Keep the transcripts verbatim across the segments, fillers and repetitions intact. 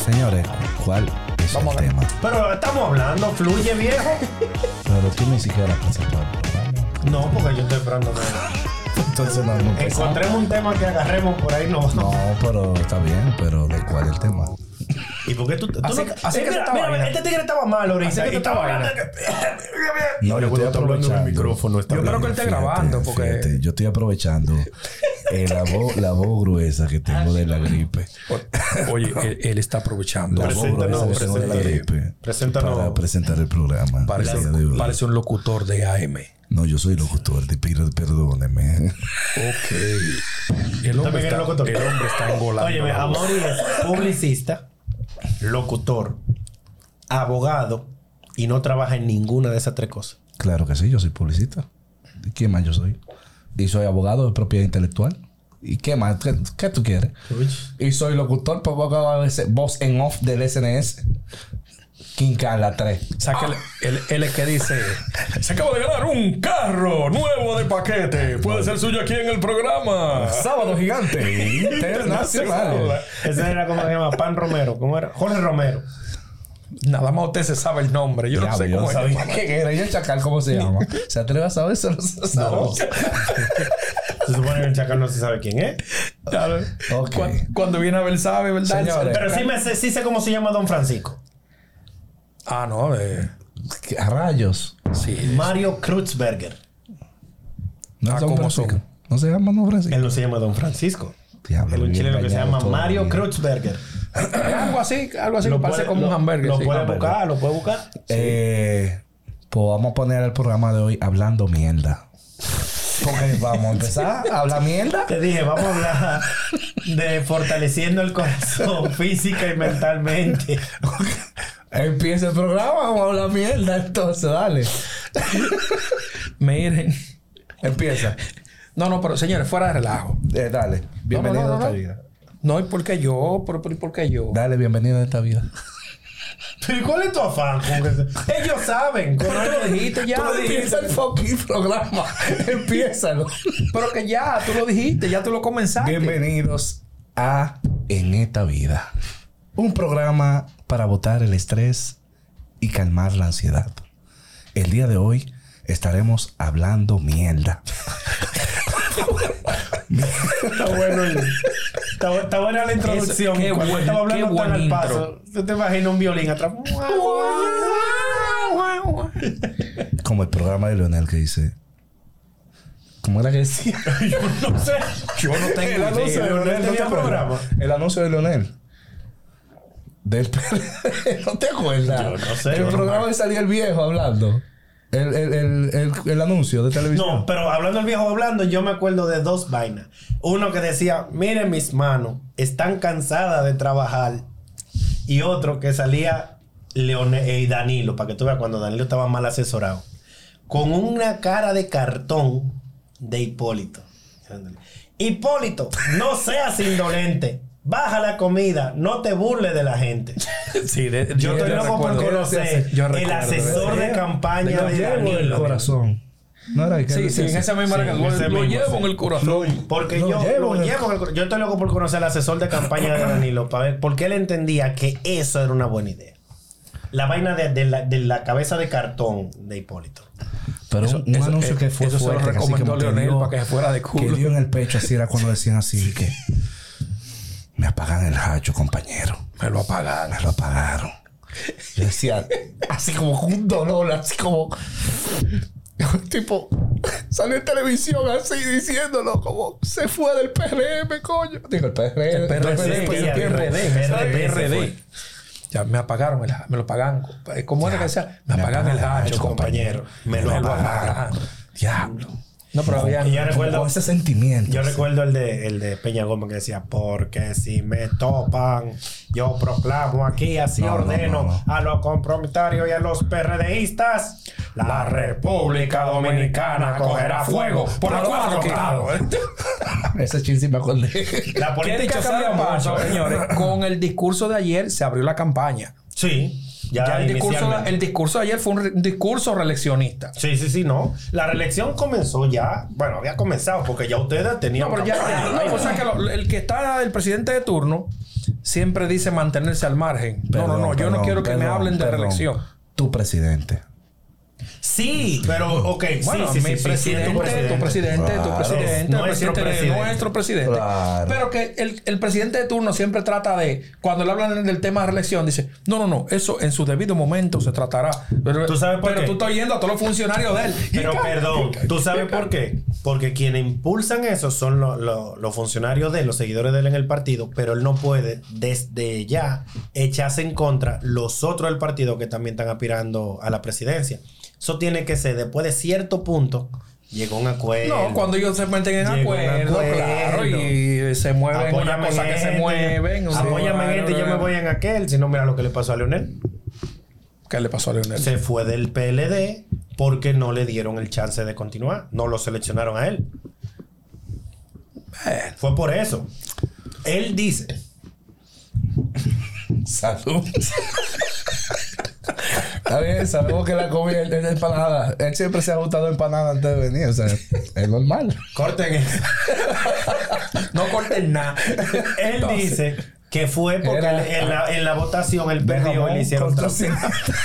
Señores, ¿cuál es Vamos el a tema? Pero estamos hablando, fluye, viejo. Pero tú ni siquiera presentó el programa. No, porque yo estoy esperando que Entonces no hemos empezado. encontremos un tema que agarremos por ahí, no. No, pero está bien, pero ¿de cuál es el tema? ¿Y por qué tú, tú Así no- que- así Eh, que mira, tú mira, estabas este tigre estaba mal ahorita. Así que tú y estaba estabas hablando bien. No, yo estoy aprovechando. micrófono está Yo creo hablando. que él está grabando porque... Fíjate, yo estoy aprovechando eh, la, voz, la voz gruesa que tengo de la gripe. Oye, él, él está aprovechando. La voz Preséntanos, gruesa que tengo de la preséntanos. gripe. Preséntanos. Para presentar el programa. Parece, el día de hoy. parece un locutor de A M. No, yo soy locutor. Te pido perdóneme. Ok. El hombre, También está, eres locutor. el hombre está engolando. Óyeme, la voz. Amori es publicista, locutor, abogado y no trabaja en ninguna de esas tres cosas. Claro que sí, yo soy publicista. ¿Y qué más yo soy? Y soy abogado de propiedad intelectual. ¿Y qué más? ¿Qué, qué tú quieres? Y soy locutor, por voz en off del S N S. King Carla tres. O sea, que él, él, él es que dice: se acaba de ganar un carro nuevo de paquete. Puede ser suyo aquí en el programa. Sábado gigante internacional. Ese era como se llama Pan Romero. ¿Cómo era? Jorge Romero. Nada más usted se sabe el nombre. Yo Ya, no sé yo cómo no es. sabía quién era. ¿Y el chacal cómo se llama? ¿Se atreve a saber eso? No se sabe. No. Se supone que el chacal no se sabe quién es. Claro. Ok. Cuando, cuando viene a ver, sabe, ¿verdad? Señores. Pero sí, me sé, sí sé cómo se llama Don Francisco. Ah, no. Eh, ¿Qué- A rayos. sí. Mario Kreutzberger. No Ah, es Don ¿cómo Francisco. son? No se llama Don Francisco. Él no se llama Don Francisco. Diablo, Él es un bien chileno que se engañado llama toda la Mario vida. Kreutzberger. Algo así, algo así. Lo que parece puede- como lo- un hamburger. Lo sí. puede Hamburger. buscar, lo puede buscar. Eh, pues vamos a poner el programa de hoy hablando mierda. Porque vamos a empezar a hablar mierda. Te dije, vamos a hablar de fortaleciendo el corazón física y mentalmente. Empieza el programa, vamos a hablar mierda. Entonces, dale. Miren. Empieza. No, no, pero señores, fuera de relajo. Eh, dale. Bienvenido no, no, a esta no. vida. No, ¿y por qué yo? ¿Por, por, por qué yo? Dale, bienvenido a esta vida. ¿Y cuál es tu afán? con que- Ellos saben. Pero tú lo dijiste ya. Tú lo dijiste el fucking programa. Empiézalo. Pero que ya, tú lo dijiste, ya tú lo comenzaste. Bienvenidos a En esta vida. Un programa para botar el estrés y calmar la ansiedad. El día de hoy estaremos hablando mierda. Está bueno. el- Está, bu- está buena la introducción. Eso, qué Cuando buen- estaba hablando qué tan buen al intro. paso. Tú te imaginas un violín atrás. Como el programa de Leonel que dice... ¿Cómo era que decía? Yo no sé. Yo no tengo El anuncio idea. de Leonel ¿No te tenía acuerdas? programa. El anuncio de Leonel. Del P R D. ¿No te acuerdas? Yo no sé, El yo no programa me- que salía el viejo hablando. El, el, el, el, el anuncio de televisión. No, pero hablando del viejo hablando, yo me acuerdo de dos vainas. Uno que decía, miren mis manos, están cansadas de trabajar. Y otro que salía Leonel y Danilo, para que tú veas cuando Danilo estaba mal asesorado. Con una cara de cartón de Hipólito. Hipólito, no seas indolente. Baja la comida, no te burles de la gente. Sí, de, Yo estoy loco por recuerdo. conocer Yo el recuerdo, asesor de campaña Lo de llevo en el Danilo. corazón. No era el que Sí, decía sí, en así. esa misma Sí, era que en lo, ese lo mismo, llevo sí. en el corazón. Porque Lo yo llevo lo en el- llevo en el- yo estoy loco por conocer al asesor de campaña de Danilo para ver por qué él entendía que eso era una buena idea. La vaina de, de la, de la cabeza de cartón de Hipólito. Pero Eso- un, un eso- anuncio que fue eso se lo fuerte, que así recomendó como que Leonel dio- para que se fuera de culo. Que dio en el pecho así era cuando decían así que... Me apagan el hacho, compañero. Me lo apagaron. Me lo apagaron. Yo decía, así como con un dolor, así como... tipo, salió en televisión así diciéndolo, como se fue del P R M, coño. Digo, el P R M. El P R D, sí, pues, ya, el P R D, P R D, el P R se D. fue. Ya me apagaron, el, me lo pagan. ¿Cómo era que decía? Me me apagan el apagan el hacho, hacho, compañero. Me lo apagaron. Diablo. No, pero había... Y yo Como recuerdo, con ese sentimiento. yo así. recuerdo el de, el de Peña Gómez que decía, porque si me topan, yo proclamo aquí, así No, no, ordeno no, no. a los compromisarios y a los PRDistas, la República Dominicana cogerá fuego por los cuatro costados. Ese chin sí me acordé. La Que política dicho sea cambia de paso, mucho, señores, con el discurso de ayer se abrió la campaña. Sí, ya, Ya el discurso, inicialmente. el discurso de ayer fue un re- un discurso reeleccionista. Sí, sí, sí, no. La reelección comenzó ya. Bueno, había comenzado porque ya ustedes tenían. No, pero ya, campaña, ya- no, vaina. o sea que lo- el que está el presidente de turno siempre dice mantenerse al margen. Perdón, no, no, no. Yo perdón, no quiero que perdón, me hablen de perdón. reelección. Tu presidente. Sí, pero ok, Bueno, sí, sí, mi sí, presidente, sí, tu tu presidente, presidente. tu Claro. presidente, el Nuestro presidente de presidente. nuestro presidente. Claro. Pero que el, el presidente de turno siempre trata de, cuando le hablan del tema de reelección, dice, no, no, no, eso en su debido momento se tratará. Pero, ¿Tú sabes por pero qué? tú estás yendo a todos los funcionarios de él. Pero Y ca- perdón, ¿tú sabes por qué? Porque quienes impulsan eso son lo- lo- los funcionarios de él, los seguidores de él en el partido, pero él no puede desde ya echarse en contra los otros del partido que también están aspirando a la presidencia. Eso tiene que ser después de cierto punto, llegó un acuerdo. No, cuando ellos se meten en Llegó un acuerdo, acuerdo. claro, y se mueven una Apóyame cosa en que se este, mueven. Apóyame en este y yo me voy en aquel. Si no, mira lo que le pasó a Leonel. ¿Qué le pasó a Leonel? Se fue del P L D porque no le dieron el chance de continuar. No lo seleccionaron a él. Fue por eso. Él dice. Salud. Está bien, sabemos que la comida es de empanada. Él siempre se ha gustado empanada antes de venir. O sea, es normal. Corten eso. No corten nada. Él Entonces, dice que fue porque Era- él- en, la, en la votación él De perdió y jamón le hicieron con trampa. tocino.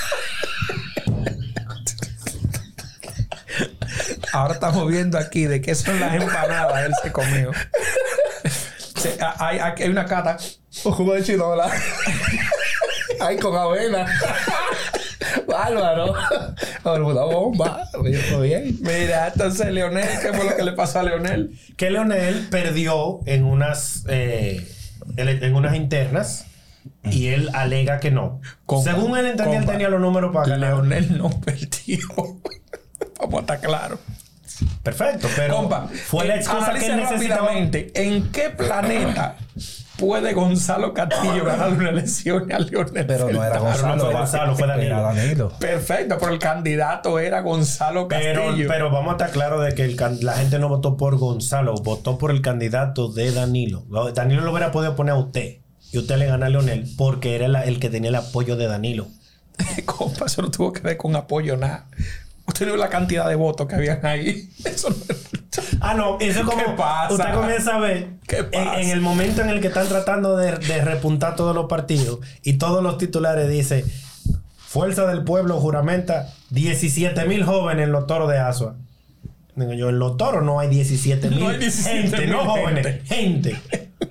ahora estamos viendo aquí de qué son las empanadas. Él se comió. Se- hay, hay, hay una cata. Un jugo de chinola. Ay, con avena. Bárbaro. Una bomba. Oye, fue bien. Mira, entonces Leonel, ¿qué fue lo que le pasó a Leonel? Que Leonel perdió en unas eh, en en unas internas y él alega que no. Compa, Según él entendía, él compa, tenía los números para ganar. Leonel no perdió. Vamos a estar claros. Perfecto, pero Compa, fue la eh, excusa que analice él necesitaba. rápidamente. ¿En qué planeta puede Gonzalo Castillo ganar una elección a Leonel? Pero no era Feltado? Gonzalo. no fue era- Gonzalo, fue Danilo. Era Danilo. Perfecto, pero el candidato era Gonzalo Pero, Castillo. pero vamos a estar claros de que el can- la gente no votó por Gonzalo, votó por el candidato de Danilo. Lo- Danilo lo hubiera podido poner a usted y usted le gana a Leonel porque era la- el que tenía el apoyo de Danilo. Compa, eso no tuvo que ver con apoyo, nada. Usted vio la cantidad de votos que habían ahí. Eso no Ah, no, eso es como. ¿Qué pasa? Usted comienza a ver ¿Qué en, pasa? en el momento en el que están tratando de, de repuntar todos los partidos y todos los titulares dice Fuerza del Pueblo juramenta diecisiete mil jóvenes en los toros de Asua. Digo yo, en los toros no hay diecisiete mil. No hay diecisiete gente, mil no jóvenes, gente.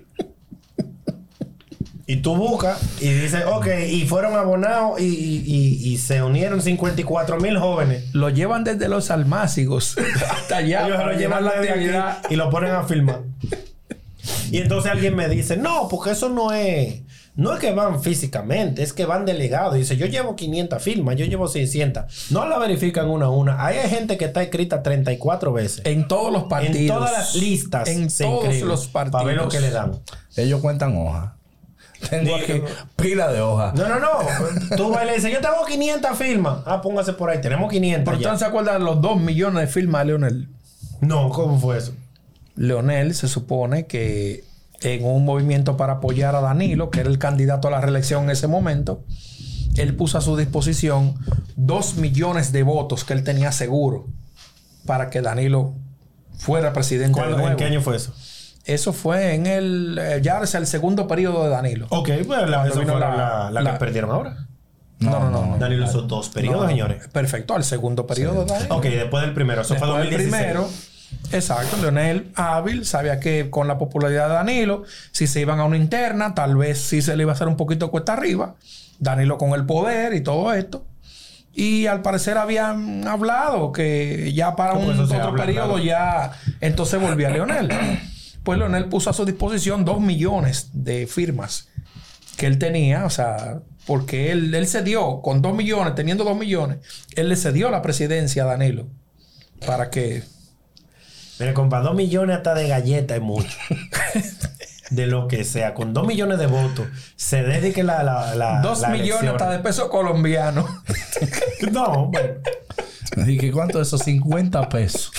Y tú buscas y dices, ok, y fueron abonados y, y- y- y se unieron cincuenta y cuatro mil jóvenes. Lo llevan desde los almácigos hasta allá Ellos para lo llevar llevan la desde actividad. aquí y lo ponen a filmar. Y entonces alguien me dice, no, porque eso no es, no es que van físicamente, es que van delegados. Y dice, yo llevo quinientas firmas, yo llevo seiscientas. No la verifican una a una. Ahí hay gente que está escrita treinta y cuatro veces. En todos los partidos. En todas las listas. En se todos inscriben los partidos. Para ver lo que le dan. Ellos cuentan hojas. Tengo Digo- aquí pila de hojas. No, no, no. Tú vas y le dices, yo tengo quinientas firmas. Ah, póngase por ahí. Tenemos quinientas. Pero ya. usted no se acuerda de los dos millones de firmas de Leonel. No, ¿cómo fue eso? Leonel se supone que en un movimiento para apoyar a Danilo, que era el candidato a la reelección en ese momento, él puso a su disposición dos millones de votos que él tenía seguro para que Danilo fuera presidente de ¿Cuándo- nuevo. ¿En qué año fue eso? Eso fue en el eh, ya es el segundo periodo de Danilo. Ok, pues la, Cuando eso vino fue la- la, la, la- que perdieron ahora. No, no, no. no. Danilo hizo dos periodos, No, señores. Perfecto, al segundo periodo de Danilo. Ok, después del primero. Eso Después fue del dos mil dieciséis. primero, exacto, Leonel hábil, sabía que con la popularidad de Danilo, si se iban a una interna, tal vez sí se le iba a hacer un poquito cuesta arriba. Danilo con el poder y todo esto. Y al parecer habían hablado que ya para ¿Cómo un eso se otro habla, periodo claro? ya entonces volvía Leonel. Pues Leonel puso a su disposición dos millones de firmas que él tenía, o sea, porque él, él cedió con dos millones, teniendo dos millones, él le cedió la presidencia a Danilo para que... Mira, compa, dos millones hasta de galleta es mucho. De lo que sea. Con dos millones de votos se dedique la... la, la Dos la millones elección. hasta de peso colombiano. No, bueno. ¿Y que cuánto de esos cincuenta pesos?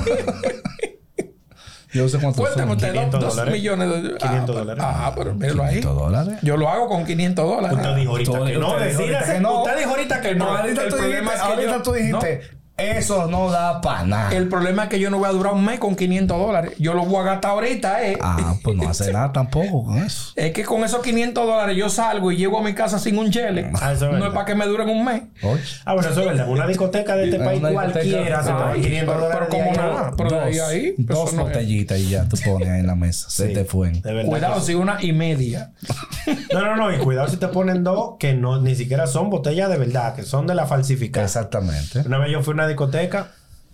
Yo no sé cuánto Cuéntame son. usted, quinientos dos dólares. millones de... quinientos ah, dólares. Ah, pero míralo ahí. ¿quinientos dólares? Yo lo hago con quinientos dólares. Usted dijo ahorita Tú- que no. usted dijo ahorita Decídase. que no. Usted dijo ahorita que no. Ahorita El tú problema dijiste, es que ahorita yo- tú dijiste Eso no da para nada. El problema es que yo no voy a durar un mes con quinientos dólares. Yo lo voy a gastar ahorita, ¿eh? Ah, pues no hace nada tampoco con eso. Es que con esos quinientos dólares yo salgo y llego a mi casa sin un chele. Ah, eso es no verdad. es para que me duren un mes. Oye. Ah, bueno, eso es verdad. Una discoteca de este Una país discoteca- cualquiera se te va Ay, quinientos pero- dólares. pero como diarios. nada. Pero de ahí a ahí, dos eso no es. botellitas y ya tú pones ahí en la mesa. Se Sí, te fue. de verdad Cuidado, que sí. si una y media. No, no, no. Y cuidado si te ponen dos que no ni siquiera son botellas de verdad, que son de la falsificada. Exactamente. Una vez yo fui a una discoteca,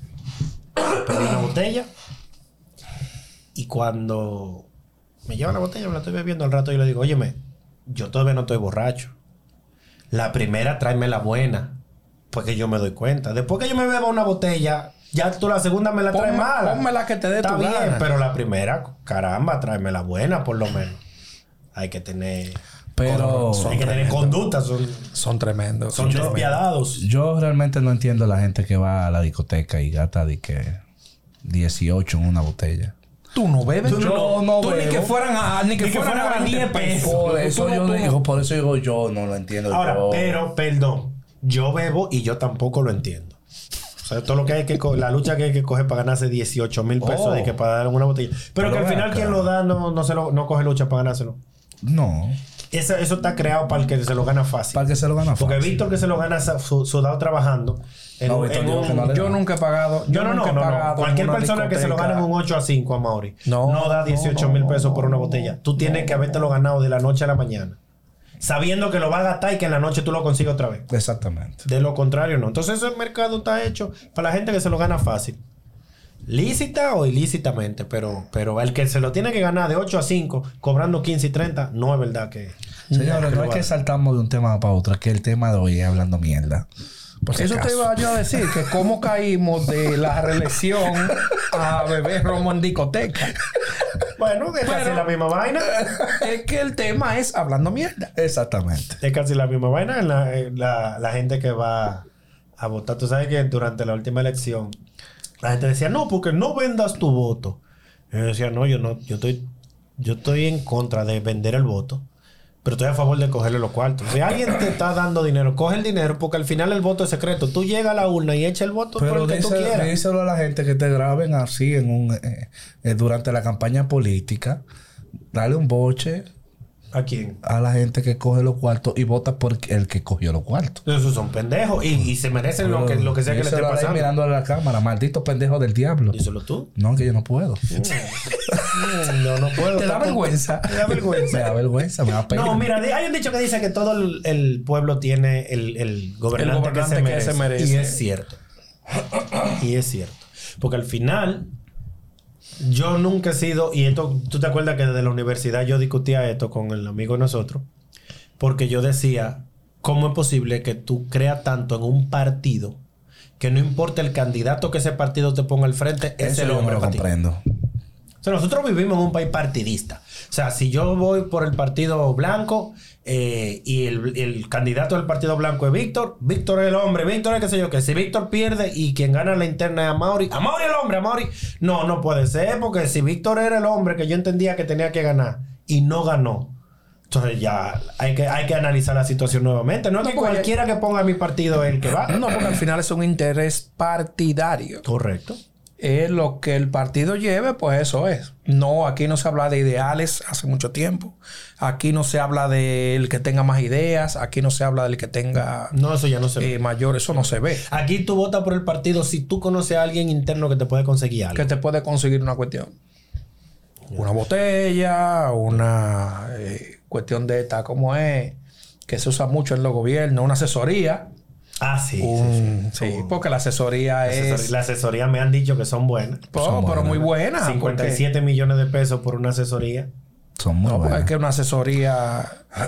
pedí una botella y cuando me llevan la botella, me la estoy bebiendo al rato y le digo, óyeme, yo todavía no estoy borracho. La primera tráeme la buena, porque yo me doy cuenta. Después que yo me beba una botella, ya tú la segunda me la traes Ponme- mala. ponme la que te dé Está tu bien, gana. pero la primera, caramba, tráeme la buena por lo menos. Hay que tener... Pero hay que tener conducta, son, Son tremendos. son despiadados. yo realmente no entiendo a la gente que va a la discoteca y gasta de que dieciocho en una botella. Tú no bebes. Yo Tú no Tú ni bebo. que fueran a, ni que Ni que fueran fueran a a diez pesos. Por Tú eso no- yo tú no- digo, por eso digo yo no lo entiendo. Ahora, yo. pero, perdón, yo bebo y yo tampoco lo entiendo. O sea, todo lo que hay que co- la lucha que hay que coger para ganarse dieciocho mil pesos Oh. de que para dar una botella. Pero, Pero que al ven final acá. quien lo da no, no se lo, no coge lucha para ganárselo. No. Eso, eso está creado para el que se lo gana fácil. Para que se lo gana Porque fácil. Víctor que se lo gana sa- su- sudado trabajando. En, No, un- Víctor en dijo un- que no le Yo da. nunca he pagado. yo no, nunca no, he no, pagado no. Cualquier en una persona que se lo gane discoteca. un ocho a cinco a Mauri No, no, da no, dieciocho no, mil no, pesos por una no, botella. Tú tienes que habértelo ganado de la noche a la mañana. Sabiendo que lo va a gastar y que en la noche tú lo consigues otra vez. Exactamente. De lo contrario, no. Entonces, ese mercado está hecho para la gente que se lo gana fácil. Lícita o ilícitamente, pero, pero el que se lo tiene que ganar de ocho a cinco, cobrando quince y treinta, no es verdad que. Señores, que no lo es que haga. saltamos de un tema para otro, que el tema de hoy es hablando mierda. Por si Eso te acaso. iba yo a decir, que cómo caímos de la reelección a beber romo en discoteca. Bueno, es casi Pero- la misma vaina. Es que el tema es hablando mierda. Exactamente. Es casi la misma vaina. En la, en la, la gente que va a votar. Tú sabes que durante la última elección, la gente decía, no, porque no vendas tu voto. Y yo decía, no, yo no, yo estoy, yo estoy en contra de vender el voto. Pero estoy a favor de cogerle los cuartos. Si alguien te está dando dinero, coge el dinero porque al final el voto es secreto. Tú llegas a la urna y echa el voto por Pero el que tú dice- quieras. díselo a la gente que te graben así en un eh, eh, durante la campaña política. Dale un boche ¿A quién? a la gente que coge los cuartos y vota por el que cogió los cuartos. Esos son pendejos y, y se merecen lo que, lo que sea que le esté Díselo a la- pasando. Mirando a la cámara, maldito pendejo del diablo. Díselo tú. No, que yo no puedo. Mm, No, no puedo. Te da tampoco. vergüenza. Te da vergüenza. Me da vergüenza, me da pena. No, mira, hay un dicho que dice que todo el, el pueblo tiene el, el gobernante, El gobernante que, se que se merece. merece. Y es cierto. Y es cierto. Porque al final, yo nunca he sido, y esto, tú te acuerdas que desde la universidad yo discutía esto con el amigo de nosotros, porque yo decía, ¿cómo es posible que tú creas tanto en un partido que no importa el candidato que ese partido te ponga al frente, es Eso el yo no hombre lo para ti? comprendo. O sea, nosotros vivimos en un país partidista. O sea, si yo voy por el partido blanco eh, y el, el candidato del partido blanco es Víctor, Víctor es el hombre, Víctor es qué sé yo, que si Víctor pierde y quien gana la interna es Amaury, Amaury el hombre, Amaury. No, no puede ser, porque si Víctor era el hombre que yo entendía que tenía que ganar y no ganó, entonces ya hay que, hay que analizar la situación nuevamente. No es que No, porque- cualquiera que ponga mi partido es el que va. No, porque al final es un interés partidario. Correcto. Es lo que el partido lleve, pues eso es. No, aquí no se habla de ideales hace mucho tiempo. Aquí no se habla del que tenga más ideas. Aquí no se habla del que tenga No, eso ya no se ve. eh, mayor. Eso no se ve. Aquí tú votas por el partido si tú conoces a alguien interno que te puede conseguir algo. Que te puede conseguir una cuestión. Una botella, una eh, cuestión de esta, ¿cómo es? Que se usa mucho en los gobiernos. Una asesoría. Ah, sí. sí, Un- sí. sí, porque la asesoría La es... asesoría, la asesoría me han dicho que son buenas. Oh, Son pero buenas. muy buena. cincuenta y siete millones de pesos por una asesoría. Son muy No, porque es buenas. que una asesoría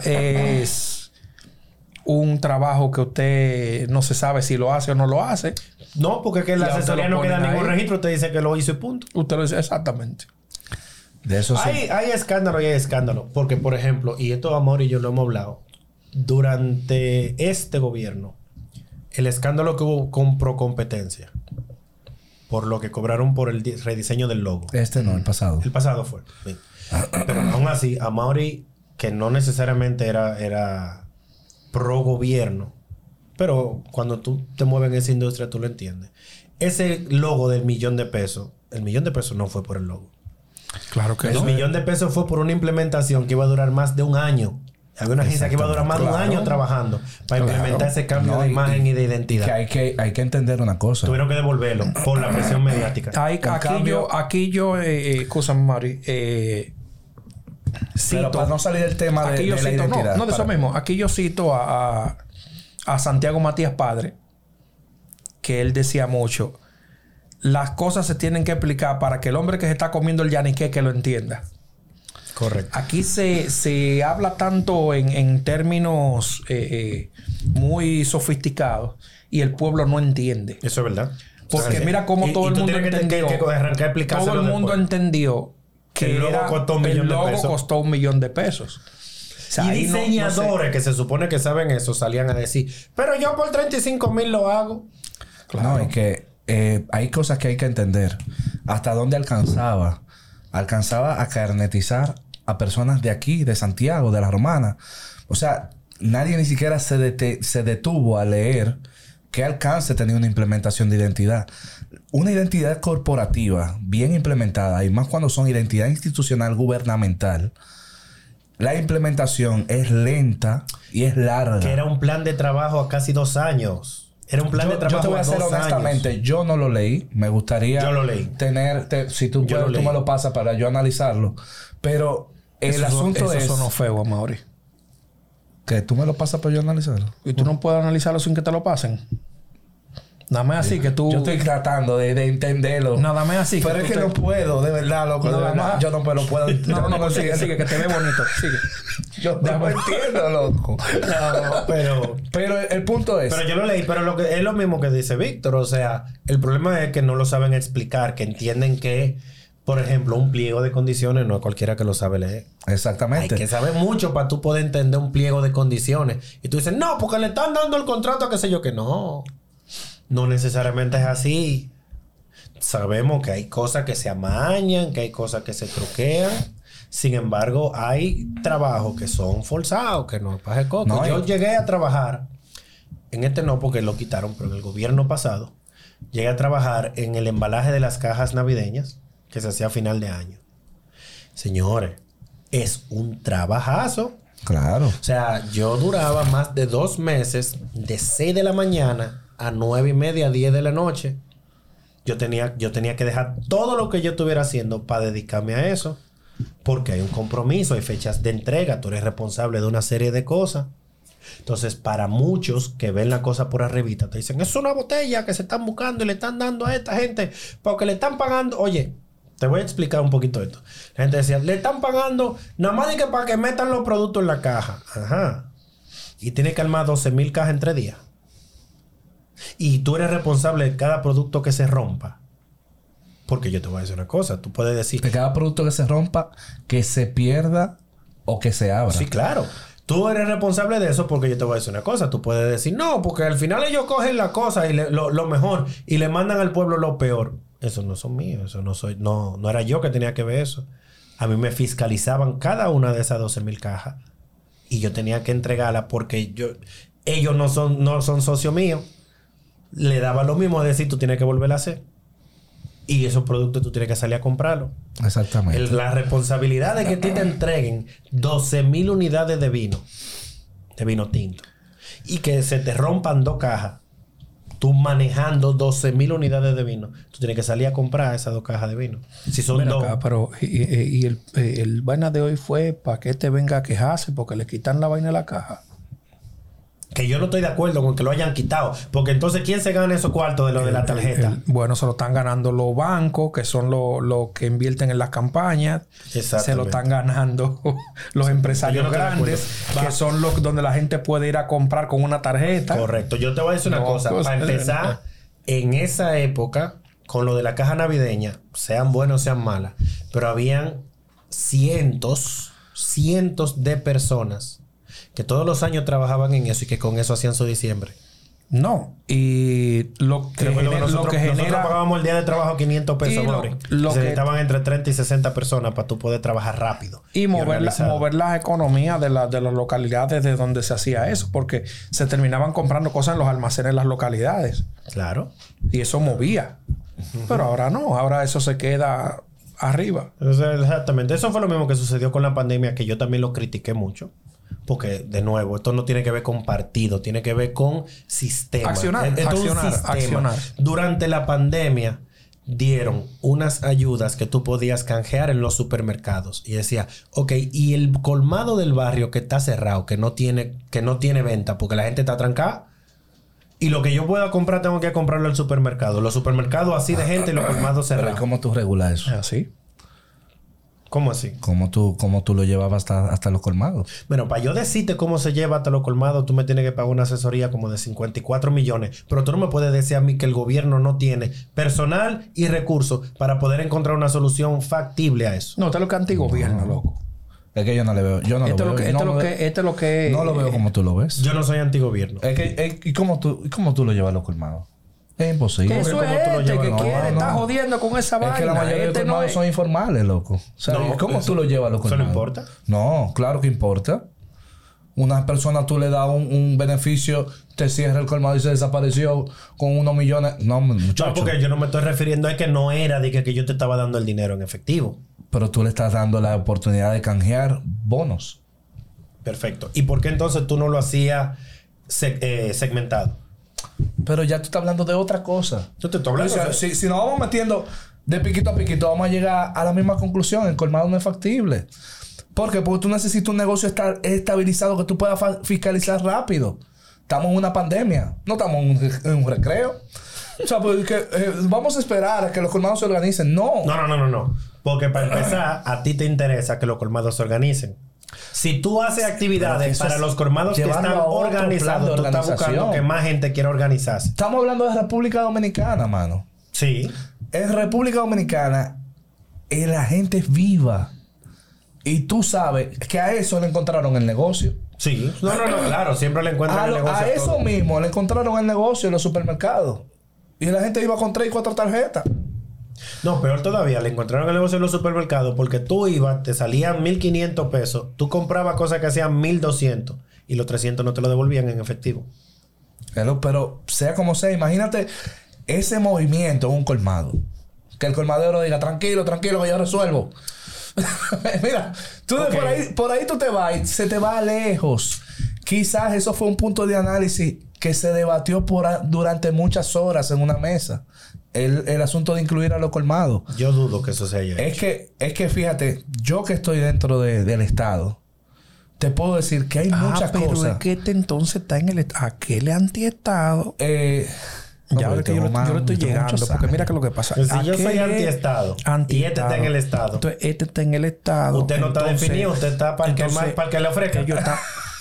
es un trabajo que usted no se sabe si lo hace o no lo hace. No, porque es que la Ya te asesoría lo no queda en ponen ningún ahí. registro. Te dice que lo hizo y punto. Usted lo dice exactamente. De eso sí. Hay, hay escándalo y hay escándalo. Porque, por ejemplo, y esto Amor y yo lo hemos hablado, durante este gobierno, el escándalo que hubo con Procompetencia, por lo que cobraron por el di- rediseño del logo. Este no, el pasado. El pasado fue. Sí. Pero aún así, Amaury, que no necesariamente era, era pro gobierno, pero cuando tú te mueves en esa industria, tú lo entiendes. Ese logo del millón de pesos, el millón de pesos no fue por el logo. Claro que el no. El millón de pesos fue por una implementación que iba a durar más de un año. Había una agencia que iba a durar más claro. de un año trabajando para claro. implementar ese cambio no, de imagen y, y de identidad. Que hay, que hay que entender una cosa. Tuvieron que devolverlo por la presión mediática. Hay, aquí, cambio, yo, aquí yo, eh, escúchame, Mari, eh, cito, pero para no salir del tema de, de cito, la identidad. No, no de eso mismo. Aquí yo cito a, a, a Santiago Matías Padre, que él decía mucho, las cosas se tienen que explicar para que el hombre que se está comiendo el yaniqué que lo entienda. Correcto. Aquí se, se habla tanto en, en términos eh, eh, muy sofisticados y el pueblo no entiende. Eso es verdad. Porque sí. mira cómo y, todo y el mundo que, entendió. Que, que arrancar todo el mundo después. entendió que el logo, era, costó, un el millón logo de pesos. costó un millón de pesos. O sea, y diseñadores no, no sé. que se supone que saben eso salían a decir, pero yo por treinta y cinco mil lo hago. Claro. No, es que eh, hay cosas que hay que entender. Hasta dónde alcanzaba. Alcanzaba a carnetizar a personas de aquí, de Santiago, de La Romana. O sea, nadie ni siquiera se, dete- se detuvo a leer qué alcance tenía una implementación de identidad. Una identidad corporativa bien implementada, y más cuando son identidad institucional gubernamental, la implementación es lenta y es larga. Que era un plan de trabajo a casi dos años. Era un plan yo, de trabajo. Yo te voy a hacer honestamente, años. Yo no lo leí. Me gustaría yo lo leí. tener, te, si tú, puedes, tú me lo pasas para yo analizarlo. Pero el eso asunto eso es... Eso sonó feo, Amaury. ¿Que tú me lo pasas para yo analizarlo? ¿Y tú no puedes analizarlo sin que te lo pasen? Nada más así que tú... Yo estoy tratando de, de entenderlo. Nada más así. Pero que es que te... no puedo, de verdad, loco. Nada de verdad, más... Yo no me lo puedo entender. No, no, no, sigue, sigue, que te ve bonito. Sigue. Yo no lo entiendo, loco. No, pero... Pero el, el punto es... Pero yo lo leí, pero lo que, es lo mismo que dice Víctor. O sea, el problema es que no lo saben explicar. Que entienden que, por ejemplo, un pliego de condiciones no es cualquiera que lo sabe leer. Exactamente. Hay que saber mucho para tú poder entender un pliego de condiciones. Y tú dices, no, porque le están dando el contrato a qué sé yo que no. No necesariamente es así. Sabemos que hay cosas que se amañan, que hay cosas que se truquean. Sin embargo, hay trabajos que son forzados, que no es paje coco. No, yo hay... llegué a trabajar, en este no porque lo quitaron, pero en el gobierno pasado, llegué a trabajar en el embalaje de las cajas navideñas que se hacía a final de año. Señores, es un trabajazo. Claro. O sea, yo duraba más de dos meses, de seis de la mañana a nueve y media, diez de la noche. Yo tenía, yo tenía que dejar todo lo que yo estuviera haciendo para dedicarme a eso. Porque hay un compromiso, hay fechas de entrega, tú eres responsable de una serie de cosas. Entonces, para muchos que ven la cosa por arribita, te dicen, es una botella que se están buscando y le están dando a esta gente porque le están pagando. Oye, te voy a explicar un poquito esto. La gente decía, le están pagando nada más de que para que metan los productos en la caja. Ajá. Y tiene que armar doce mil cajas en tres días. Y tú eres responsable de cada producto que se rompa. Porque yo te voy a decir una cosa. Tú puedes decir... De cada producto que se rompa, que se pierda o que se abra. Sí, claro. Tú eres responsable de eso porque yo te voy a decir una cosa. Tú puedes decir, no, porque al final ellos cogen la cosa y le, lo, lo mejor y le mandan al pueblo lo peor. Eso no son míos. Eso no soy... No, no era yo que tenía que ver eso. A mí me fiscalizaban cada una de esas doce mil cajas. Y yo tenía que entregarla porque yo... Ellos no son, no son socios míos. Le daba lo mismo a decir, tú tienes que volver a hacer. Y esos productos tú tienes que salir a comprarlos. Exactamente. El, la responsabilidad de que te entreguen doce mil unidades de vino. De vino tinto. Y que se te rompan dos cajas. Tú manejando doce mil unidades de vino. Tú tienes que salir a comprar esas dos cajas de vino. Si son Ven dos. Acá, pero y, y, y el, el vaina de hoy fue para que te venga a quejarse porque le quitan la vaina de la caja. Que yo no estoy de acuerdo con que lo hayan quitado. Porque entonces, ¿quién se gana esos cuartos de lo el, de la tarjeta? El, bueno, se lo están ganando los bancos, que son los lo que invierten en las campañas. Se lo están ganando los empresarios no grandes, que son los donde la gente puede ir a comprar con una tarjeta. Correcto. Yo te voy a decir una no, cosa. Para empezar, en esa época, con lo de la caja navideña, sean buenas o sean malas, pero habían cientos, cientos de personas que todos los años trabajaban en eso y que con eso hacían su diciembre. No. Y lo que, Recuerdo gener- nosotros, lo que nosotros genera... pagábamos el día de trabajo quinientos pesos, Y lo- Mauri. lo Se que- necesitaban entre treinta y sesenta personas para tú poder trabajar rápido. Y mover, la- organizado. mover las economías de, la- de las localidades de donde se hacía eso. Porque se terminaban comprando cosas en los almacenes de las localidades. Claro. Y eso movía. Pero ahora no. Ahora eso se queda arriba. O sea, exactamente. Eso fue lo mismo que sucedió con la pandemia, que yo también lo critiqué mucho. Porque, de nuevo, esto no tiene que ver con partido, tiene que ver con sistema. Accionar, Esto es un accionar, sistema. accionar. Durante la pandemia dieron unas ayudas que tú podías canjear en los supermercados. Y decía, ok, y el colmado del barrio que está cerrado, que no tiene, que no tiene venta porque la gente está trancada. Y lo que yo pueda comprar tengo que comprarlo al supermercado. Los supermercados así de gente y los colmados Pero ¿y cerrados. cómo tú regulas eso? Es así. ¿Cómo así? ¿Cómo tú, cómo tú lo llevabas hasta, hasta los colmados? Bueno, para yo decirte cómo se lleva hasta los colmados, tú me tienes que pagar una asesoría como de cincuenta y cuatro millones. Pero tú no me puedes decir a mí que el gobierno no tiene personal y recursos para poder encontrar una solución factible a eso. No, esto es lo que antigobierno, loco. Es que yo no le veo. Yo no Esto es lo lo veo. que... Esto es no, lo me- que... Esto es lo que... no lo veo como tú lo ves. Yo no soy antigobierno. Es que, es- ¿y, cómo tú, ¿Y cómo tú lo llevas a los colmados? Es imposible. Eso ¿Cómo es tú lo este llevas? que No, quiere no. estar jodiendo con esa vaina. Es que la mayoría de los Este no colmados es- son informales, loco. O sea, No, ¿cómo eso- tú lo llevas a los ¿eso no colmados? importa? No, claro que importa. Una persona tú le das un, un beneficio, te cierra el colmado y se desapareció con unos millones. No, muchacho. No, porque yo no me estoy refiriendo a que no era de que, que yo te estaba dando el dinero en efectivo. Pero tú le estás dando la oportunidad de canjear bonos. Perfecto. ¿Y por qué entonces tú no lo hacías seg- eh, segmentado? Pero ya tú estás hablando de otra cosa. Yo te estoy O hablando sea, de- si, si nos vamos metiendo de piquito a piquito, vamos a llegar a la misma conclusión. El colmado no es factible. ¿Por qué? Porque tú necesitas un negocio estar estabilizado que tú puedas fa- fiscalizar rápido. Estamos en una pandemia. No estamos en un, en un recreo. O sea, pues, que, eh, vamos a esperar a que los colmados se organicen. No. No, no, no, no, no. Porque para empezar, a ti te interesa que los colmados se organicen. Si tú haces Pero actividades eso para es los colmados que llevarlo están a otro plan organizados, de tú estás buscando organización. que más gente quiera organizarse. Estamos hablando de República Dominicana, mano. Sí. En República Dominicana, eh, la gente es viva. Y tú sabes que a eso le encontraron el negocio. Sí. No, no, no, claro. Siempre le encuentran A, el lo- negocio. a eso todo. mismo le encontraron el negocio en los supermercados. Y la gente iba con tres y cuatro tarjetas. No, peor todavía. Le encontraron el negocio en los supermercados porque tú ibas, te salían mil quinientos pesos. Tú comprabas cosas que hacían mil doscientos y los trescientos no te lo devolvían en efectivo. Pero, pero sea como sea, imagínate ese movimiento en un colmado. Que el colmadero diga, tranquilo, tranquilo, que yo resuelvo. Mira, tú de Ok. por ahí, por ahí tú te vas y se te va lejos. Quizás eso fue un punto de análisis que se debatió por a- durante muchas horas en una mesa. El, el asunto de incluir a los colmados. Yo dudo que eso se haya Es hecho. que, es que fíjate, yo que estoy dentro de- del Estado, te puedo decir que hay Ah, muchas pero cosas. es que este entonces está en el... est- Aquel antiestado. Eh, no, Ya pero ves que yo, tengo lo- más- yo lo estoy tengo llegando. muchos Porque años. mira que lo que pasa. Pues si yo soy Aquel es antiestado y este está en el Estado. Entonces, este está en el Estado. Usted no está Entonces- definido, usted está para el que, entonces, más- para el que le ofrezca. que yo está-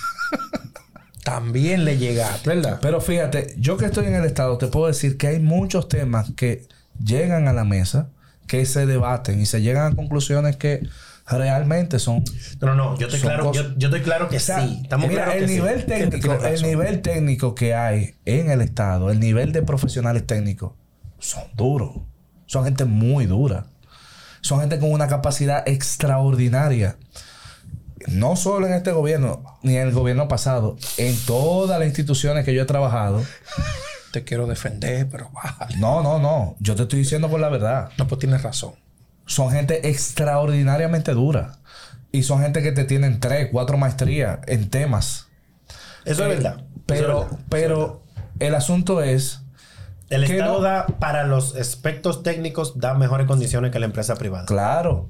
También le llega, ¿verdad? Pero fíjate, yo que estoy en el Estado, te puedo decir que hay muchos temas que llegan a la mesa, que se debaten y se llegan a conclusiones que realmente son... No, no, no. Yo estoy Son claro, cosas- yo, yo estoy claro que O sea, sí. Estamos mira, claros el que nivel sí. técnico, Tienes el razón. nivel técnico que hay en el Estado, el nivel de profesionales técnicos, son duros. Son gente muy dura. Son gente con una capacidad extraordinaria. No solo en este gobierno, ni en el gobierno pasado, en todas las instituciones que yo he trabajado. Te quiero defender, pero vale. No, no, no. Yo te estoy diciendo por la verdad. No, pues tienes razón. Son gente extraordinariamente dura. Y son gente que te tienen tres, cuatro maestrías en temas. Eso Eh, es verdad. Eso Pero, es verdad. pero el asunto es... El que Estado no- da, para los aspectos técnicos, da mejores condiciones que la empresa privada. Claro.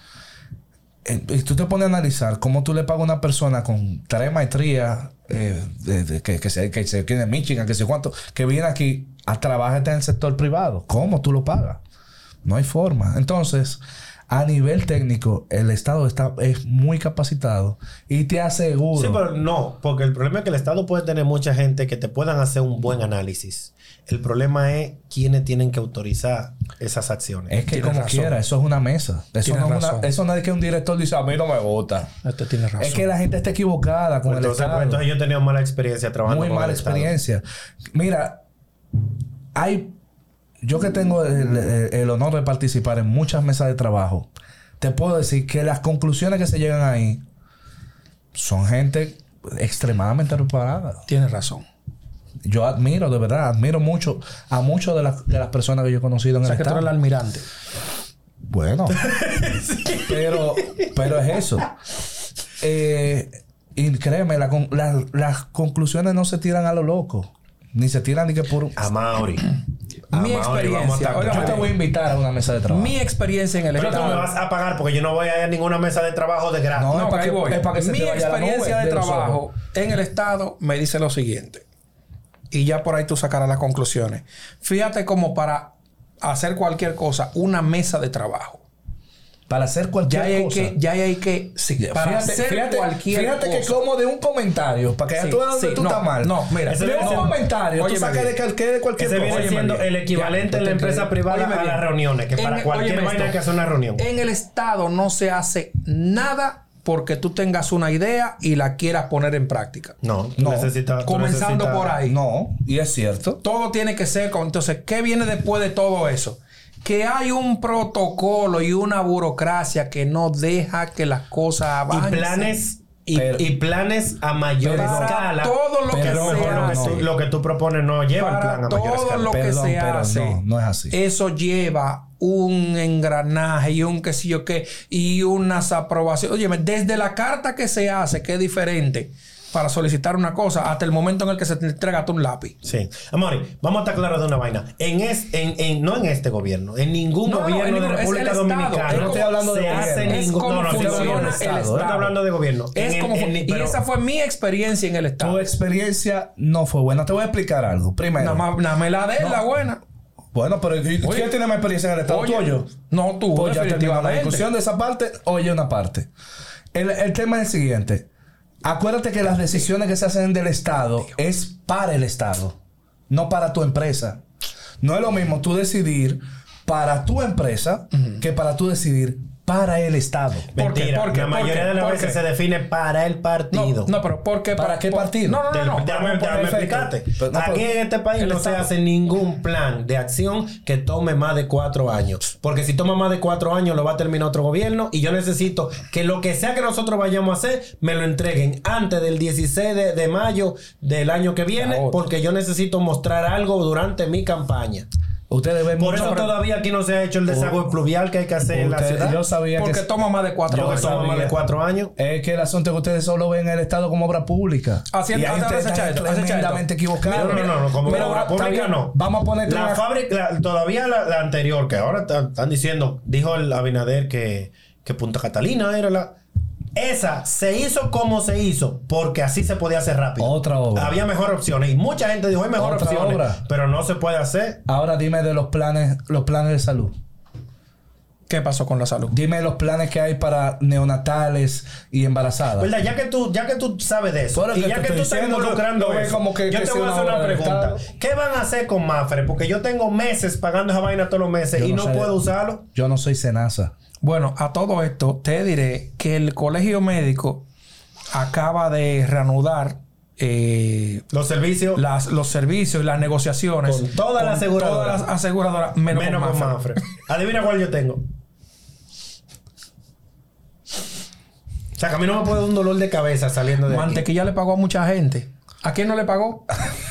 Eh, Y tú te pones a analizar cómo tú le pagas a una persona con tres maestrías, eh, de- de- que, que se que se tiene en Michigan, que sé cuánto, que viene aquí a trabajar en el sector privado. ¿Cómo tú lo pagas? No hay forma. Entonces, a nivel técnico, el Estado está, es muy capacitado y te aseguro... Sí, pero no, porque el problema es que el Estado puede tener mucha gente que te puedan hacer un buen análisis. El problema es quiénes tienen que autorizar esas acciones. Es que como razón. quiera, eso es una mesa. Eso no es una, eso no es que un director dice, a mí no me gusta. Este tiene razón. Es que la gente está equivocada con entonces, el Estado. Pues entonces yo he tenido mala experiencia trabajando Muy con mala el experiencia. Mira, hay... Yo que tengo el, el, el honor de participar en muchas mesas de trabajo, te puedo decir que las conclusiones que se llegan ahí son gente extremadamente preparada. Tienes razón. Yo admiro, de verdad, admiro mucho a muchas de las, de las personas que yo he conocido en o sea, el que Estado. tú eres el almirante. Bueno. sí. pero, pero es eso. Eh, y créeme, la, la, las conclusiones no se tiran a lo loco. Ni se tiran ni que por... A Mauri. Mi experiencia. Oiga, yo te voy a invitar a una mesa de trabajo. Mi experiencia en el Pero Estado. tú me vas a pagar porque yo no voy a ir a ninguna mesa de trabajo de gratis. No, No, es para que, voy. es para que se Mi te vaya la experiencia nube de de los trabajo ojos. en el Estado me dice lo siguiente. Y ya por ahí tú sacarás las conclusiones. Fíjate como para hacer cualquier cosa, una mesa de trabajo. Para hacer cualquier Ya hay cosa. que, ya hay que, sí, para fíjate, hacer fíjate, cualquier fíjate cosa. que como de un comentario, para que Sí, ya tú veas donde sí, tú no, estás mal. no, mira, de ese un viene- comentario, Óyeme tú sacas de bien. cualquier, de cualquier Ese cosa. viene Óyeme siendo bien. el equivalente Ya, en la tú te empresa crees. privada Óyeme a las bien. reuniones. Que En- para cualquier óyeme vaina hay esto. que hacer una reunión. En el Estado no se hace nada porque tú tengas una idea y la quieras poner en práctica. No, No. necesitas... Comenzando por ahí. No, y es cierto. Todo tiene que ser con... Entonces, ¿qué viene después de todo eso? Que hay un protocolo y una burocracia que no deja que las cosas Y avancen. planes... Y, Pero- y planes a mayor Perdón. escala. Todo lo que que a lo se mejor lo que, hace. tú, lo que tú propones no lleva el Para plan a mayor todo escala. lo que Perdón, se pero hace, no, no es así. eso lleva un engranaje y un qué sé yo qué y unas aprobaciones. Óyeme, desde la carta que se hace, que es diferente para solicitar una cosa, hasta el momento en el que se te entrega un lápiz. Sí. Amori, vamos a estar claros de una vaina. En es, en, en, no en este gobierno, en ningún No, no, gobierno en de ningún- República es el Estado. Dominicana. Es No como- estoy hablando de se gobierno. hace- es ningún- como no, no, estoy hablando funciona del el Estado. Estado. No estoy hablando de gobierno. Es En- como en- fue- en- pero- y esa fue mi experiencia en el Tu Estado. experiencia no fue buena. Te voy a explicar algo. Primero. Nada más, nada más la de él, la buena. Bueno, pero ¿quién Oye. tiene más experiencia en el Estado? ¿Tú o yo? No, tú, Pues ya terminó la definitivamente. discusión de esa parte, oye una parte. El, el tema es el siguiente. Acuérdate que las decisiones que se hacen del Estado es para el Estado, no para tu empresa. No es lo mismo tú decidir para tu empresa que para tú decidir para el Estado. ¿Por qué? Mentira. ¿Por qué? La ¿Por mayoría qué? de las ¿Por veces qué? se define para el partido. No, no, pero ¿por qué? ¿Para qué por- partido? No, no, no. Del- no. déjame Vamos a poner déjame efecto. explicarte. Pero no, Aquí pero- en este país el no Estado- se hace ningún plan de acción que tome más de cuatro años. Porque si toma más de cuatro años, lo va a terminar otro gobierno. Y yo necesito que lo que sea que nosotros vayamos a hacer, me lo entreguen antes del dieciséis de, de mayo del año que viene. La otra. Porque yo necesito mostrar algo durante mi campaña. Ustedes ven Por mucho- eso todavía aquí no se ha hecho el desagüe pluvial que hay que hacer en la Ustedes- ciudad. Yo sabía Porque que... toma más de cuatro Yo que años. toma más de sabía. cuatro años. Es que el asunto es que ustedes solo ven el Estado como obra pública. Así es, y ahí ahora ustedes acecha están esto, acecha tremendamente esto. equivocados. No, no, no, no, como Pero obra está pública bien. no. Vamos a poner La fábrica, la- todavía la, la anterior, que ahora ta- están diciendo, dijo el Abinader que, que Punta Catalina era la... Esa se hizo como se hizo, porque así se podía hacer rápido. Otra obra. Había mejores opciones. Y mucha gente dijo, hay mejores Otra opciones. obra. Pero no se puede hacer. Ahora dime de los planes, los planes de salud. ¿Qué pasó con la salud? Dime los planes que hay para neonatales y embarazadas. ¿Verdad? Ya que tú, ya que tú sabes de eso, Bueno, y que ya te que tú estoy estás diciendo, involucrando no ves eso, como que- yo que te sea voy a una hacer una obra del pregunta. Estado. ¿Qué van a hacer con Mafre? Porque yo tengo meses pagando esa vaina todos los meses Yo y no no sé. puedo usarlo. Yo no soy Senasa. Bueno, a todo esto te diré que el colegio médico acaba de reanudar eh, Los servicios las, los servicios y las negociaciones Con todas las aseguradoras. todas las aseguradoras, menos, menos con con Mafre. Mafre. Adivina cuál yo tengo. O sea, que a mí no me puede dar un dolor de cabeza saliendo de aquí. Mantequilla le pagó a mucha gente. ¿A quién no le pagó?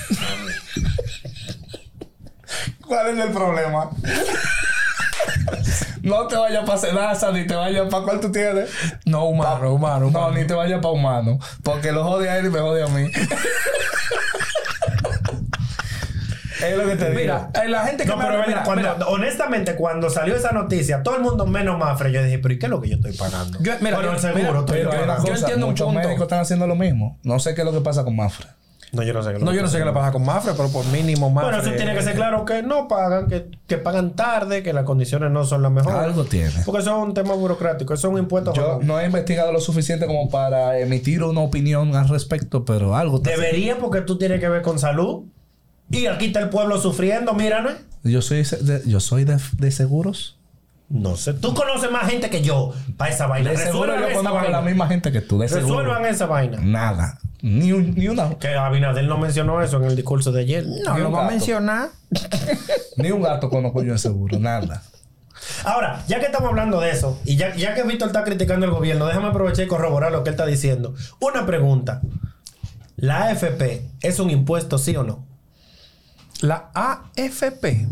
¿Cuál es el problema? No te vayas para Senasa ni te vayas para cuál tú tienes. No, humano, humano, No, humano. ni te vayas para humano. Porque lo jode a él y me jode a mí. Es lo que te digo. Mira, eh, la gente que No, me- pero mira, mira, cuando, mira. honestamente, cuando salió esa noticia, todo el mundo menos Mafre, yo dije, pero ¿y qué es lo que yo estoy pagando? Yo- mira, bueno, yo- el seguro, mira, estoy Pero hay una pagando. yo cosa, entiendo un muchos punto. médicos están haciendo lo mismo. No sé qué es lo que pasa con Mafre. No, yo no sé qué No, yo no sé qué le pasa con Mafre, pero por mínimo Mafre... Bueno, eso tiene que ser claro que no pagan, que, que pagan tarde, que las condiciones no son las mejores. Algo tiene. Porque eso es un tema burocrático, eso es un impuesto. Yo no he investigado lo suficiente como para emitir una opinión al respecto, pero algo... Debería, porque tú tienes que ver con salud. Y aquí está el pueblo sufriendo, míranos. Yo soy de, yo soy de, de seguros. No sé. Tú conoces más gente que yo para esa vaina. De seguro Resuelvan yo esa conozco a vaina. la misma gente que tú. De Resuelvan seguro. esa vaina. Nada. Ni, un, ni una. Que Abinader no mencionó eso en el discurso de ayer. No Ni lo un va a gato. mencionar. Ni un gato conozco yo de seguro. Nada. Ahora, ya que estamos hablando de eso, y ya, ya que Víctor está criticando el gobierno, déjame aprovechar y corroborar lo que él está diciendo. Una pregunta. ¿La A F P es un impuesto, sí o no? La A F P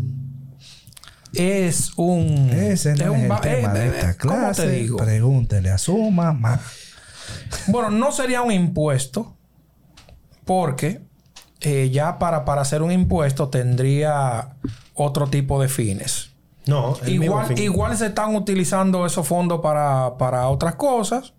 es un... Ese no es, un el ba- tema eh, de eh, esta ¿cómo clase. te digo? Pregúntele a su mamá. Bueno, no sería un impuesto porque eh, ya para, para hacer un impuesto tendría otro tipo de fines. No, el mismo Igual, fin. igual se están utilizando esos fondos para, para otras cosas,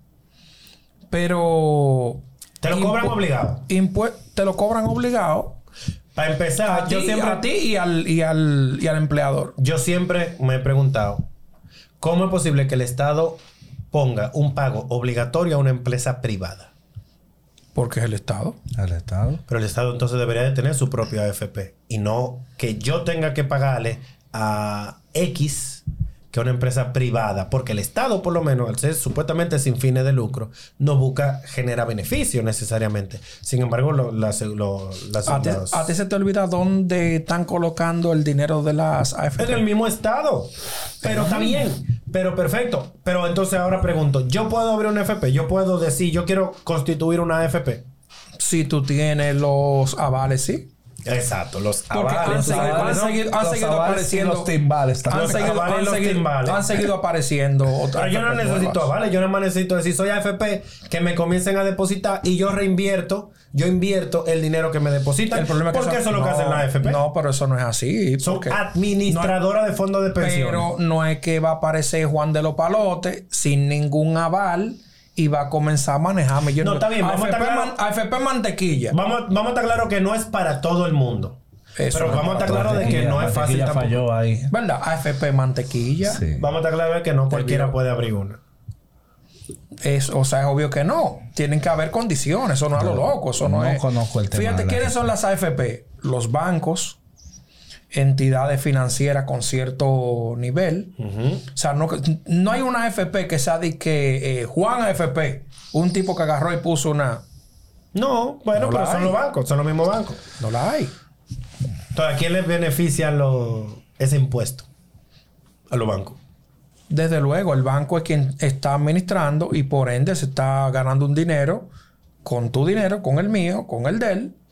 pero... Te lo cobran impu- obligado. impue- te lo cobran obligado Para empezar, a yo ti, siempre, a ti y, al, y, al, y al empleador. yo siempre me he preguntado, ¿cómo es posible que el Estado ponga un pago obligatorio a una empresa privada? Porque es el Estado. Al Estado. Pero el Estado entonces debería de tener su propio A F P y no que yo tenga que pagarle a X que a una empresa privada, porque el Estado, por lo menos, al ser supuestamente sin fines de lucro, no busca generar beneficio necesariamente. Sin embargo, lo, las, lo, las, ¿A ti, las- a ti se te olvida dónde están colocando el dinero de las A F en el P? mismo Estado. Pero está bien. Pero perfecto. Pero entonces ahora pregunto, ¿yo puedo abrir una A F P? ¿Yo puedo decir, yo quiero constituir una A F P? Si tú tienes los avales, sí. Exacto, los Porque avales. han los seguido, avales, han ¿no? seguido, han Los seguido avales y apareciendo. los timbales también. Han Los seguido, avales y han los seguido- timbales. han seguido apareciendo otras. Pero yo no A F P necesito nuevas. avales, yo nada más necesito decir soy A F P, que me comiencen a depositar y yo reinvierto, yo invierto el dinero que me depositan. El problema es que porque eso es lo que no, hacen la A F P. No, pero eso no es así. Son porque- administradoras de fondos de pensiones. Pero no es que va a aparecer Juan de los Palotes sin ningún aval y va a comenzar a manejar millones. No, está bien, vamos a A F P, estar man- A F P mantequilla. Vamos, vamos a estar claro que no es para todo el mundo. Eso pero no vamos a es estar para claro de que no es fácil Ya tampoco. falló ahí. ¿Verdad? A F P mantequilla. Sí. Vamos a estar claro de que no cualquiera vio. puede abrir una. Es, o sea, es obvio que no. Tienen que haber condiciones. Eso no es a lo loco. Eso no, no es. conozco el tema Fíjate, de la ¿quiénes A F P? son las A F P? Los bancos, entidades financieras con cierto nivel. O sea, no, no hay una A F P que sea de que eh, Juan A F P, un tipo que agarró y puso una. No, bueno, No pero la son hay. los bancos, son los mismos bancos. No la hay. Entonces, ¿a quién les beneficia lo- ese impuesto? A los bancos. Desde luego, el banco es quien está administrando y por ende se está ganando un dinero con tu dinero, con el mío, con el de él.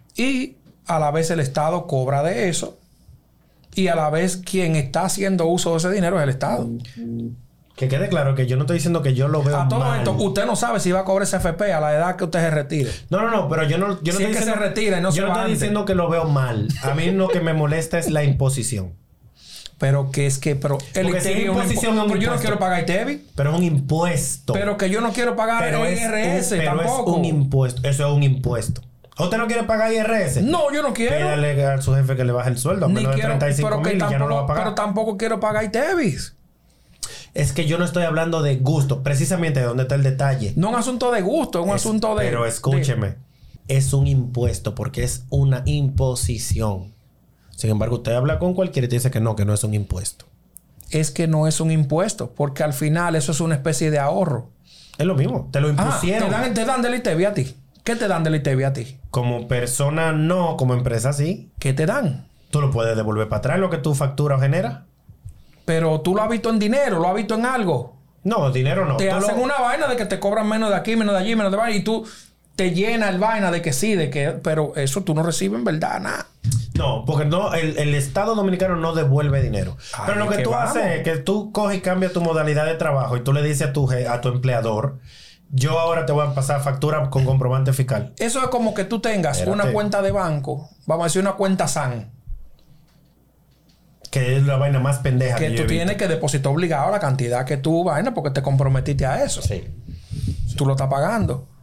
Y a la vez el Estado cobra de eso. Y a la vez quien está haciendo uso de ese dinero es el Estado. Que quede claro que yo no estoy diciendo que yo lo veo A todo mal. esto, usted no sabe si va a cobrar ese F P a la edad que usted se retire. No, no, no, pero yo no, yo no Si estoy es que diciendo, se retira y no yo se no va estoy antes. diciendo que lo veo mal. A mí lo que me molesta es la imposición. Pero que es que, pero el Porque si ITEVI es una imposición, impo- es un pero yo no impuesto. quiero pagar ITEVI. Pero es un impuesto. Pero que yo no quiero pagar Pero el es I R S un, pero tampoco. es un impuesto. Eso es un impuesto. ¿Usted no quiere pagar I R S? No, yo no quiero. Pídale a su jefe que le baje el sueldo a Ni menos de quiero, treinta y cinco pero, que mil y ya no lo va a tampoco, pagar. pero tampoco quiero pagar ITEVIs. Es que yo no estoy hablando de gusto. Precisamente de dónde está el detalle. No es un asunto de gusto, es un Es- asunto de. Pero escúcheme. Es un impuesto porque es una imposición. Sin embargo, usted habla con cualquiera y te dice que no, que no es un impuesto. de- es que no es un impuesto, porque al final eso es una especie de ahorro. Es lo mismo. Te lo Ah, impusieron. te dan, te dan del ITEVI a ti. ¿Qué te dan del ITEVI a ti? Como persona no, como empresa sí. ¿Qué te dan? Tú lo puedes devolver para atrás lo que tú facturas o generas. Pero tú lo has visto en dinero, lo has visto en algo. No, dinero no. Te Tú hacen lo- una vaina de que te cobran menos de aquí, menos de allí, menos de vaina, y tú te llena el vaina de que sí, de que. Pero eso tú no recibes en verdad nada. No, porque no, el, el Estado Dominicano no devuelve dinero. Ay, Pero lo que que tú vamos. haces es que tú coges y cambias tu modalidad de trabajo y tú le dices a tu, je- a tu empleador, yo ahora te voy a pasar factura con comprobante fiscal. Eso es como que tú tengas Espérate. una cuenta de banco, vamos a decir una cuenta S A N, Que es la vaina más pendeja que, que yo tú he visto. tienes que depositar obligado la cantidad que tú vaina porque te comprometiste a eso. Sí. Tú lo estás pagando.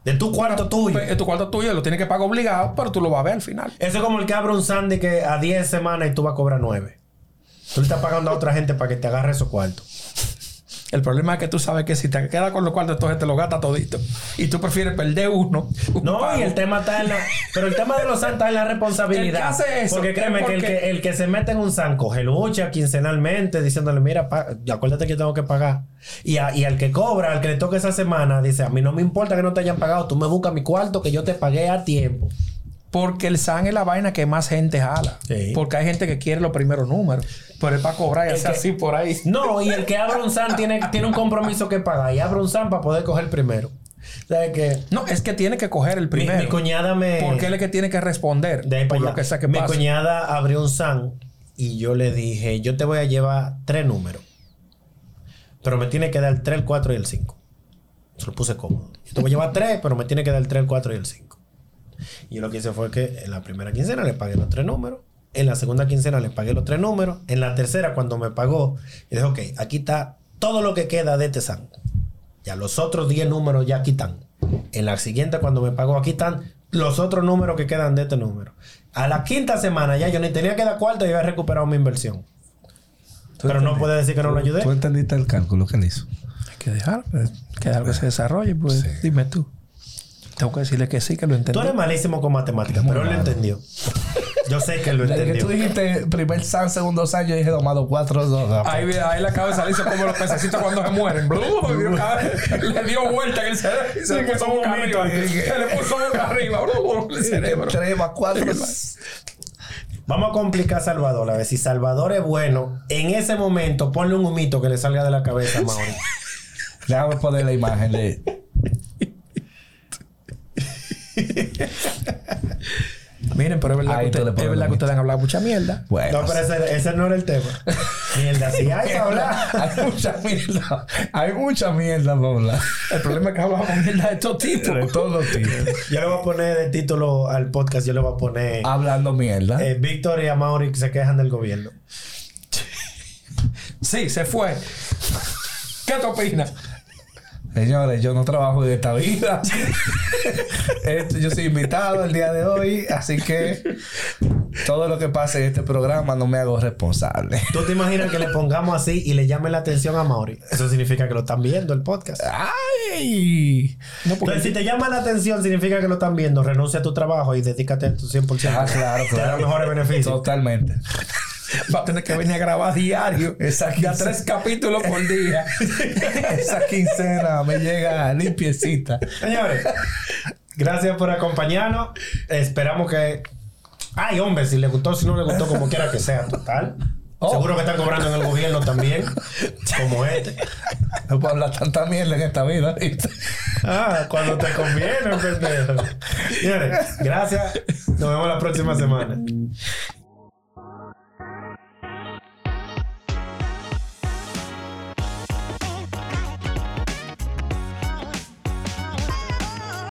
De tu cuarto tuyo. Es tu cuarto tuyo, lo tienes que pagar obligado, pero tú lo vas a ver al final. Eso es como el que abre un Sandy que a diez semanas y tú vas a cobrar nueve. Tú le estás pagando a otra gente para que te agarre esos cuartos. El problema es que tú sabes que si te quedas con los cuartos, entonces te lo gasta todito. Y tú prefieres perder uno. No, pago. y el tema está en la... Pero el tema de los SAN está en la responsabilidad. El que hace eso, porque créeme porque... que el, que el que se mete en un SAN coge lucha quincenalmente diciéndole, mira, pa, acuérdate que yo tengo que pagar. Y, a, y al que cobra, al que le toque esa semana, dice, a mí no me importa que no te hayan pagado. Tú me buscas mi cuarto que yo te pagué a tiempo. Porque el SAN es la vaina que más gente jala. Sí. Porque hay gente que quiere los primeros números. Pero es para cobrar y hacer así por ahí. No, y el que abre un SAN tiene, tiene un compromiso que pagar. Y abre un SAN para poder coger primero. ¿Sabes qué? No, es que tiene que coger el primero. Mi, mi cuñada me... Porque él es que tiene que responder. De ahí por para lo allá. que sea que Mi pase. cuñada abrió un SAN y yo le dije, yo te voy a llevar tres números. Pero me tiene que dar el tres, el cuatro y el cinco. Se lo puse cómodo. Yo te voy a llevar tres, pero me tiene que dar el tres, el cuatro y el cinco. Y yo lo que hice fue que en la primera quincena le pagué los tres números. En la segunda quincena le pagué los tres números. En la tercera, cuando me pagó, le dije, ok, aquí está todo lo que queda de este SAN. Ya los otros diez números ya aquí están. En la siguiente, cuando me pagó, aquí están los otros números que quedan de este número. A la quinta semana ya yo ni tenía que dar cuarto y había recuperado mi inversión. Pero no puede decir que no lo ayudé. ¿Tú entendiste el cálculo que él hizo? Hay que dejar, pues, que dejar que se desarrolle. Pues Sí. dime tú. Tengo que decirle que sí, que lo entendí. Tú eres malísimo con matemáticas, pero él lo entendió. Yo sé que él lo Desde que tú entendió. dijiste primer SAN, segundo SAN, yo dije domado cuatro, dos. Ahí, ahí le acaba de salir como los pececitos cuando se mueren. Le dio vuelta en el cerebro y se le puso boca arriba. Se le puso boca arriba. El cerebro. Tres más cuatro. Vamos a complicar a Salvador. A ver si Salvador es bueno. En ese momento, ponle un humito que le salga de la cabeza a Mauri. Déjame poner la imagen de... Miren, pero es verdad, Ahí que, tú le usted, pones es verdad que lo ustedes han hablado mucha mierda. Bueno, No, pero ese, ese no era el tema. Mierda, si hay que hablar. hay mucha mierda. Hay mucha mierda para hablar. El problema es que hablamos mierda de estos tipos. De todos los tipos. Yo le voy a poner de título al podcast, yo le voy a poner... Hablando mierda. Eh, Víctor y Amaury se quejan del gobierno. Sí, se fue. ¿Qué te opinas? Señores, yo no trabajo en esta vida. Esto- yo soy invitado el día de hoy, así que todo lo que pase en este programa no me hago responsable. ¿Tú te imaginas que le pongamos así y le llamen la atención a Mauri? Eso significa que lo están viendo el podcast. ¡Ay! No, porque Entonces, si te llama la atención, significa que lo están viendo. Renuncia a tu trabajo y dedícate a tu cien por ciento. Ah, claro, Te da claro. mejores beneficios. Totalmente. va a tener que venir a grabar diario. Esa Ya tres capítulos por día. Esa quincena me llega limpiecita. Señores, gracias por acompañarnos. Esperamos que... Ay, hombre, si le gustó, si no le gustó, como quiera que sea, total. Oh. Seguro que están cobrando en el gobierno también, como este. No puedo hablar tanta mierda en esta vida. ¿Viste? Ah, cuando te conviene, pendejo. Señores, gracias. Nos vemos la próxima semana.